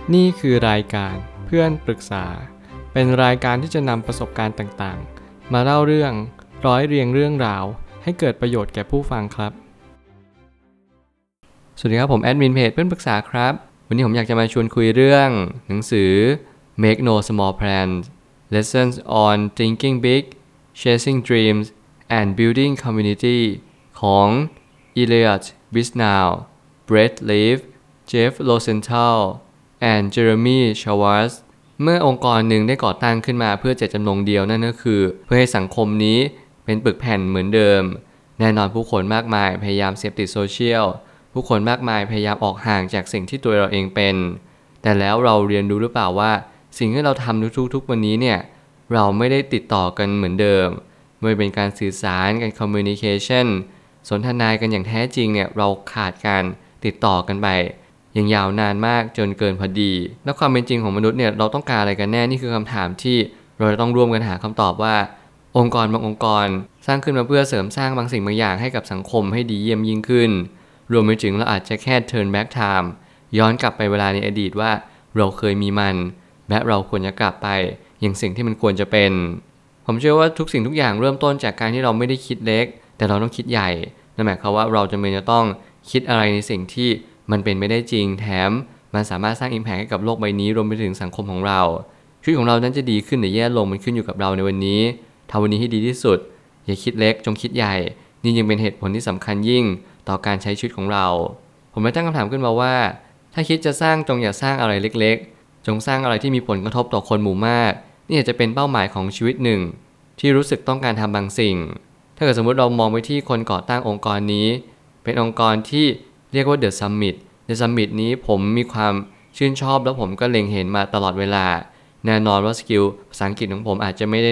นี่คือรายการเพื่อนปรึกษาเป็นรายการที่จะนำประสบการณ์ต่างๆมาเล่าเรื่องร้อยเรียงเรื่องราวให้เกิดประโยชน์แก่ผู้ฟังครับสวัสดีครับผมแอดมินเพจเพื่อนปรึกษาครับวันนี้ผมอยากจะมาชวนคุยเรื่องหนังสือ Make No Small Plans Lessons on Thinking Big Chasing Dreams and Building Community ของ Elliot Bisnow Brett Leaf Jeff Rosenthal and Jeremy Schwartz เมื่อองค์กรหนึ่งได้ก่อตั้งขึ้นมาเพื่อเจตจำนงเดียวนั่นก็คือเพื่อให้สังคมนี้เป็นปึกแผ่นเหมือนเดิมแน่นอนผู้คนมากมายพยายามเสพติดโซเชียลผู้คนมากมายพยายามออกห่างจากสิ่งที่ตัวเราเองเป็นแต่แล้วเราเรียนรู้หรือเปล่าว่าสิ่งที่เราทำทุกๆวันนี้เนี่ยเราไม่ได้ติดต่อกันเหมือนเดิมไม่เป็นการสื่อสารการ communication สนทนากันอย่างแท้จริงเนี่ยเราขาดการติดต่อกันไปอย่างยาวนานมากจนเกินพอดีแล้วความเป็นจริงของมนุษย์เนี่ยเราต้องการอะไรกันแน่นี่คือคำถามที่เราจะต้องร่วมกันหาคำตอบว่าองค์กรบางองค์กรสร้างขึ้นมาเพื่อเสริมสร้างบางสิ่งบางอย่างให้กับสังคมให้ดีเยี่ยมยิ่งขึ้นรวมไปถึงเราอาจจะแค่ turn back time ย้อนกลับไปเวลาในอดีตว่าเราเคยมีมันและเราควรจะกลับไปอย่างสิ่งที่มันควรจะเป็นผมเชื่อว่าทุกสิ่งทุกอย่างเริ่มต้นจากการที่เราไม่ได้คิดเล็กแต่เราต้องคิดใหญ่นั่นหมายความว่าเราจำเป็นจะต้องคิดอะไรในสิ่งที่มันเป็นไม่ได้จริงแถมมันสามารถสร้าง impact ให้กับโลกใบนี้รวมไปถึงสังคมของเราชีวิตของเรานั้นจะดีขึ้นหรือแย่ลงมันขึ้นอยู่กับเราในวันนี้ทำวันนี้ให้ดีที่สุดอย่าคิดเล็กจงคิดใหญ่นี่ยังเป็นเหตุผลที่สำคัญยิ่งต่อการใช้ชีวิตของเราผมเลยตั้งคำถามขึ้นมาว่าถ้าคิดจะสร้างจงอย่าสร้างอะไรเล็กๆจงสร้างอะไรที่มีผลกระทบต่อคนหมู่มากนี่อาจจะเป็นเป้าหมายของชีวิตหนึ่งที่รู้สึกต้องการทำบางสิ่งถ้าเกิดสมมติเรามองไปที่คนก่อตั้งองค์กรนี้เป็นองค์กรที่เรียกว่า The Summit The Summit นี้ผมมีความชื่นชอบแล้วผมก็เล็งเห็นมาตลอดเวลาแน่นอนว่าสกิลภาษาอังกฤษของผมอาจจะไม่ได้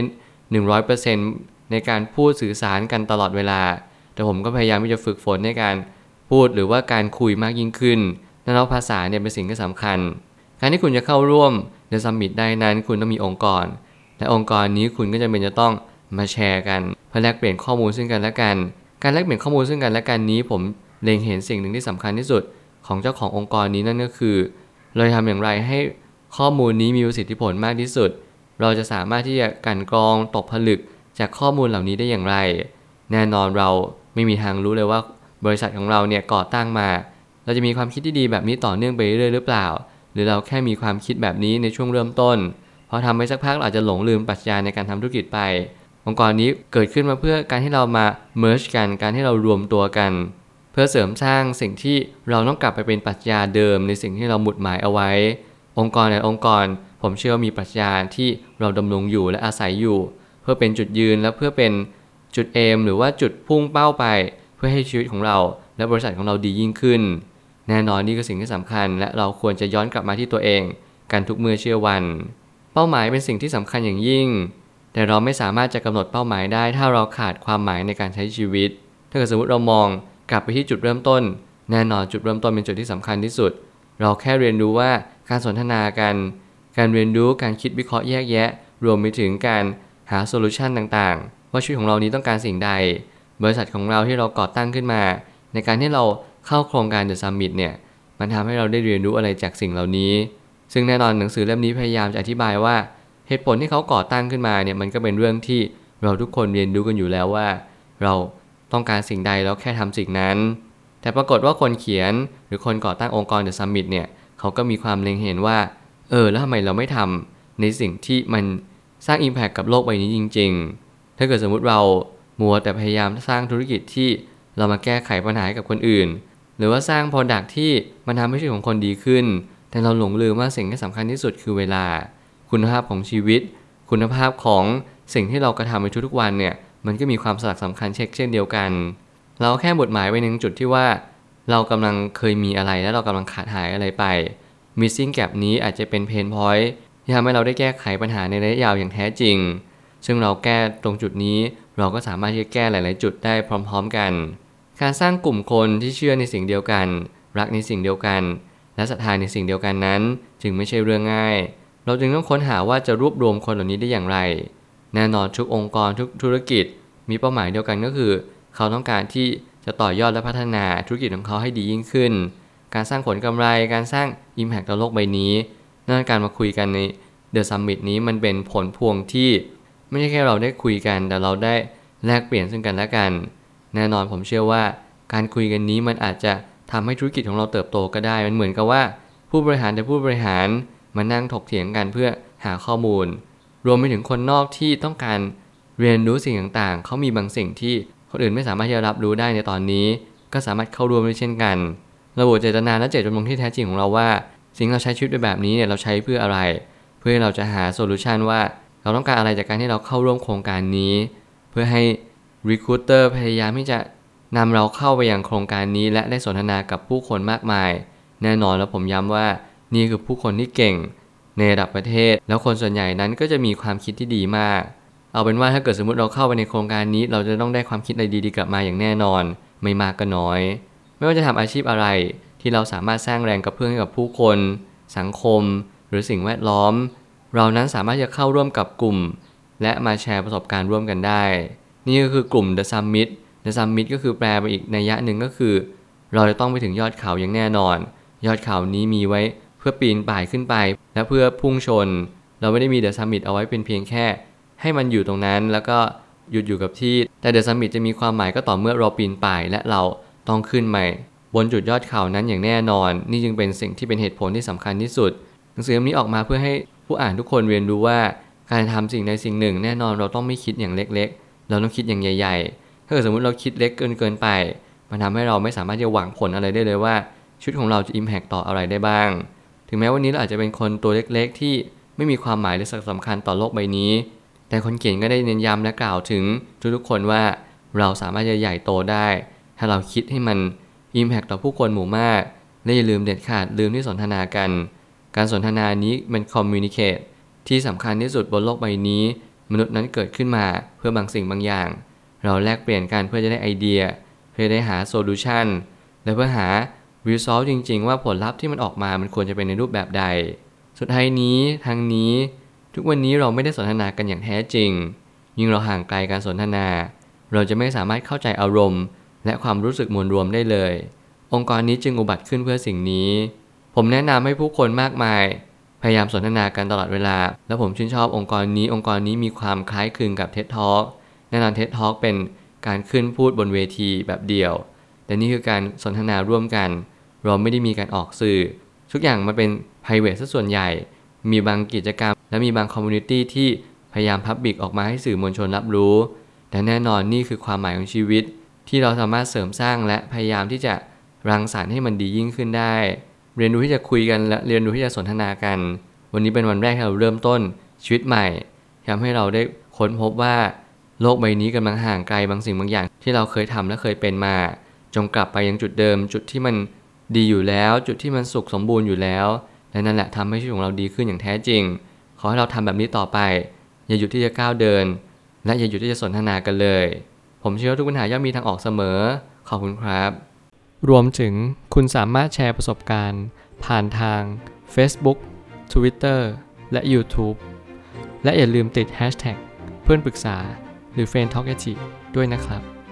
100% ในการพูดสื่อสารกันตลอดเวลาแต่ผมก็พยายามที่จะฝึกฝนในการพูดหรือว่าการคุยมากยิ่งขึ้นแล้วภาษาเนี่ยเป็นสิ่งที่สำคัญการที่คุณจะเข้าร่วม The Summit ได้นั้นคุณต้องมีองค์กรและองค์กรนี้คุณก็จำเป็นจะต้องมาแชร์กันเพื่อแลกเปลี่ยนข้อมูลซึ่งกันและกันการแลกเปลี่ยนข้อมูลซึ่งกันและกันนี้ผมเล็งเห็นสิ่งหนึ่งที่สำคัญที่สุดของเจ้าขององค์กรนี้นั่นก็คือเราจะทำอย่างไรให้ข้อมูลนี้มีประสิทธิผลมากที่สุดเราจะสามารถที่จะกลั่นกรองตกผลึกจากข้อมูลเหล่านี้ได้อย่างไรแน่นอนเราไม่มีทางรู้เลยว่าบริษัทของเราเนี่ยก่อตั้งมาเราจะมีความคิดที่ดีแบบนี้ต่อเนื่องไปเรื่อยๆหรือเปล่าหรือเราแค่มีความคิดแบบนี้ในช่วงเริ่มต้นพอทำไปสักพักเราอาจจะหลงลืมปรัชญาในการทำธุรกิจไปองค์กรนี้เกิดขึ้นมาเพื่อการที่เรามา merge กันการที่เรารวมตัวกันเพื่อเสริมสร้างสิ่งที่เราต้องกลับไปเป็นปรัชญาเดิมในสิ่งที่เราหมุดหมายเอาไว้องค์กรในองค์กรผมเชื่อว่ามีปรัชญาที่เราดำรงอยู่และอาศัยอยู่เพื่อเป็นจุดยืนและเพื่อเป็นจุดเอมหรือว่าจุดพุ่งเป้าไปเพื่อให้ชีวิตของเราและบริษัทของเราดียิ่งขึ้นแน่นอนนี่คือสิ่งที่สำคัญและเราควรจะย้อนกลับมาที่ตัวเองกันทุกเมื่อเชื่อวันเป้าหมายเป็นสิ่งที่สำคัญอย่างยิ่งแต่เราไม่สามารถจะกำหนดเป้าหมายได้ถ้าเราขาดความหมายในการใช้ชีวิตถ้าเกิดสมมติเรามองกลับไปที่จุดเริ่มต้นแน่นอนจุดเริ่มต้นเป็นจุดที่สำคัญที่สุดเราแค่เรียนรู้ว่าการสนทนากันการเรียนรู้การคิดวิเคราะห์แยกแยะรวมไปถึงการหาโซลูชันต่างๆว่าชีวิตของเรานี้ต้องการสิ่งใดบริษัทของเราที่เราก่อตั้งขึ้นมาในการที่เราเข้าโครงการ The Summit เนี่ยมันทำให้เราได้เรียนรู้อะไรจากสิ่งเหล่านี้ซึ่งแน่นอนหนังสือเล่มนี้พยายามจะอธิบายว่าเหตุผลที่เขาก่อตั้งขึ้นมาเนี่ยมันก็เป็นเรื่องที่เราทุกคนเรียนรู้กันอยู่แล้วว่าเราต้องการสิ่งใดแล้วแค่ทำสิ่งนั้นแต่ปรากฏว่าคนเขียนหรือคนก่อตั้งองค์กร The Summit เนี่ยเขาก็มีความเล็งเห็นว่าแล้วทำไมเราไม่ทำในสิ่งที่มันสร้าง impact กับโลกใบนี้จริงๆถ้าเกิดสมมุติเรามัวแต่พยายามสร้างธุรกิจที่เรามาแก้ไขปัญหาให้กับคนอื่นหรือว่าสร้าง product ที่มันทำให้ชีวิตของคนดีขึ้นแต่เราหลงลืมว่าสิ่งที่สำคัญที่สุดคือเวลาคุณภาพของชีวิตคุณภาพของสิ่งที่เรากระทำในทุกๆวันเนี่ยมันก็มีความสำคัญเช่นเดียวกันเราแค่หมุดหมายไว้ในจุดที่ว่าเรากำลังเคยมีอะไรและเรากำลังขาดหายอะไรไป missing gap นี้อาจจะเป็น pain point ที่ทำให้เราได้แก้ไขปัญหาในระยะยาวอย่างแท้จริงซึ่งเราแก้ตรงจุดนี้เราก็สามารถที่จะแก้หลายๆจุดได้พร้อมๆกันการสร้างกลุ่มคนที่เชื่อในสิ่งเดียวกันรักในสิ่งเดียวกันและศรัทธาในสิ่งเดียวกันนั้นจึงไม่ใช่เรื่องง่ายเราจึงต้องค้นหาว่าจะรวบรวมคนเหล่านี้ได้อย่างไรแน่นอนทุกองค์กรทุกธุรกิจมีเป้าหมายเดียวกันก็คือเขาต้องการที่จะต่อยอดและพัฒนาธุรกิจของเขาให้ดียิ่งขึ้นการสร้างผลกำไรการสร้าง impact ต่อโลกใบนี้นั่นการมาคุยกันใน The Summit นี้มันเป็นผลพวงที่ไม่ใช่แค่เราได้คุยกันแต่เราได้แลกเปลี่ยนซึ่งกันและกันแน่นอนผมเชื่อว่าการคุยกันนี้มันอาจจะทำให้ธุรกิจของเราเติบโตก็ได้มันเหมือนกับว่าผู้บริหารมานั่งถกเถียงกันเพื่อหาข้อมูลรวมไปถึงคนนอกที่ต้องการเรียนรู้สิ่งต่างๆเขามีบางสิ่งที่คนอื่นไม่สามารถจะรับรู้ได้ในตอนนี้ก็สามารถเข้าร่วมได้เช่นกันระบุเจตนาและเจตจำนงที่แท้จริงของเราว่าสิ่งเราใช้ชีวิตไปแบบนี้เนี่ยเราใช้เพื่ออะไรเพื่อเราจะหาโซลูชันว่าเราต้องการอะไรจากการที่เราเข้าร่วมโครงการนี้เพื่อให้ Recruiter พยายามที่จะนำเราเข้าไปยังโครงการนี้และได้สนทนากับผู้คนมากมายแน่นอนแล้วผมย้ำว่านี่คือผู้คนที่เก่งในระดับประเทศแล้วคนส่วนใหญ่นั้นก็จะมีความคิดที่ดีมากเอาเป็นว่าถ้าเกิดสมมติเราเข้าไปในโครงการนี้เราจะต้องได้ความคิดอะไรดีๆกลับมาอย่างแน่นอนไม่มากก็น้อยไม่ว่าจะทำอาชีพอะไรที่เราสามารถสร้างแรงกระเพื่อมให้กับผู้คนสังคมหรือสิ่งแวดล้อมเรานั้นสามารถจะเข้าร่วมกับกลุ่มและมาแชร์ประสบการณ์ร่วมกันได้นี่ก็คือกลุ่ม The Summit The Summit ก็คือแปลไปอีกนัยยะหนึ่งก็คือเราจะต้องไปถึงยอดเขาอย่างแน่นอนยอดเขานี้มีไว้เพื่อปีนป่ายขึ้นไปและเพื่อพุ่งชนเราไม่ได้มี The Summit เอาไว้เป็นเพียงแค่ให้มันอยู่ตรงนั้นแล้วก็หยุดอยู่กับที่แต่ The Summit จะมีความหมายก็ต่อเมื่อเราปีนป่ายและเราต้องขึ้นไปบนจุดยอดเขานั้นอย่างแน่นอนนี่จึงเป็นสิ่งที่เป็นเหตุผลที่สำคัญที่สุดหนังสือเล่มนี้ออกมาเพื่อให้ผู้อ่านทุกคนเรียนรู้ว่าการทำสิ่งใดสิ่งหนึ่งแน่นอนเราต้องไม่คิดอย่างเล็กๆเราต้องคิดอย่างใหญ่ๆถ้าเกิดสมมติเราคิดเล็กเกินไปมันทำให้เราไม่สามารถจะหวังผลอะไรได้เลยว่าชีวิตของเราจะ impact ต่ออะไรได้บ้างถึงแม้วันนี้เราอาจจะเป็นคนตัวเล็กๆที่ไม่มีความหมายหรือสำคัญต่อโลกใบนี้แต่คนเขียนก็ได้เน้นย้ำและกล่าวถึงทุกๆคนว่าเราสามารถจะใหญ่โตได้ถ้าเราคิดให้มัน impact ต่อผู้คนหมู่มากและอย่าลืมเด็ดขาดลืมที่สนทนากันการสนทนานี้มัน communicate ที่สำคัญที่สุดบนโลกใบนี้มนุษย์นั้นเกิดขึ้นมาเพื่อบางสิ่งบางอย่างเราแลกเปลี่ยนกันเพื่อจะได้ไอเดียเพื่อได้หาโซลูชันและเพื่อหา result จริงๆว่าผลลัพธ์ที่มันออกมามันควรจะเป็นในรูปแบบใดสุดท้ายนี้ทั้งนี้ทุกวันนี้เราไม่ได้สนทนากันอย่างแท้จริงยิ่งเราห่างไกลการสนทนาเราจะไม่สามารถเข้าใจอารมณ์และความรู้สึกมวลรวมได้เลยองค์กรนี้จึงอุบัติขึ้นเพื่อสิ่งนี้ผมแนะนำให้ผู้คนมากมายพยายามสนทนากันตลอดเวลาและผมชื่นชอบองค์กรนี้มีความคล้ายคลึงกับ TED Talk แน่นอน TED Talk เป็นการขึ้นพูดบนเวทีแบบเดี่ยวแต่นี่คือการสนทนาร่วมกันเราไม่ได้มีการออกสื่อทุกอย่างมันเป็น private ซะส่วนใหญ่มีบางกิจกรรมและมีบาง community ที่พยายาม public ออกมาให้สื่อมวลชนรับรู้แต่แน่นอนนี่คือความหมายของชีวิตที่เราสามารถเสริมสร้างและพยายามที่จะรังสรรค์ให้มันดียิ่งขึ้นได้เรียนรู้ที่จะคุยกันและเรียนรู้ที่จะสนทนากันวันนี้เป็นวันแรกที่เราเริ่มต้นชีวิตใหม่ทำให้เราได้ค้นพบว่าโลกใบนี้กำลังห่างไกลบางสิ่งบางอย่างที่เราเคยทำและเคยเป็นมาจงกลับไปยังจุดเดิมจุดที่มันดีอยู่แล้วจุดที่มันสุขสมบูรณ์อยู่แล้วและนั่นแหละทำให้ชีวิตของเราดีขึ้นอย่างแท้จริงขอให้เราทำแบบนี้ต่อไปอย่าหยุดที่จะก้าวเดินและอย่าหยุดที่จะสนทนากันเลยผมเชื่อว่าทุกปัญหาย่อมมีทางออกเสมอขอบคุณครับรวมถึงคุณสามารถแชร์ประสบการณ์ผ่านทาง Facebook Twitter และ YouTube และอย่าลืมติด Hashtag เพื่อนปรึกษาหรือ Friend Talk ด้วยนะครับ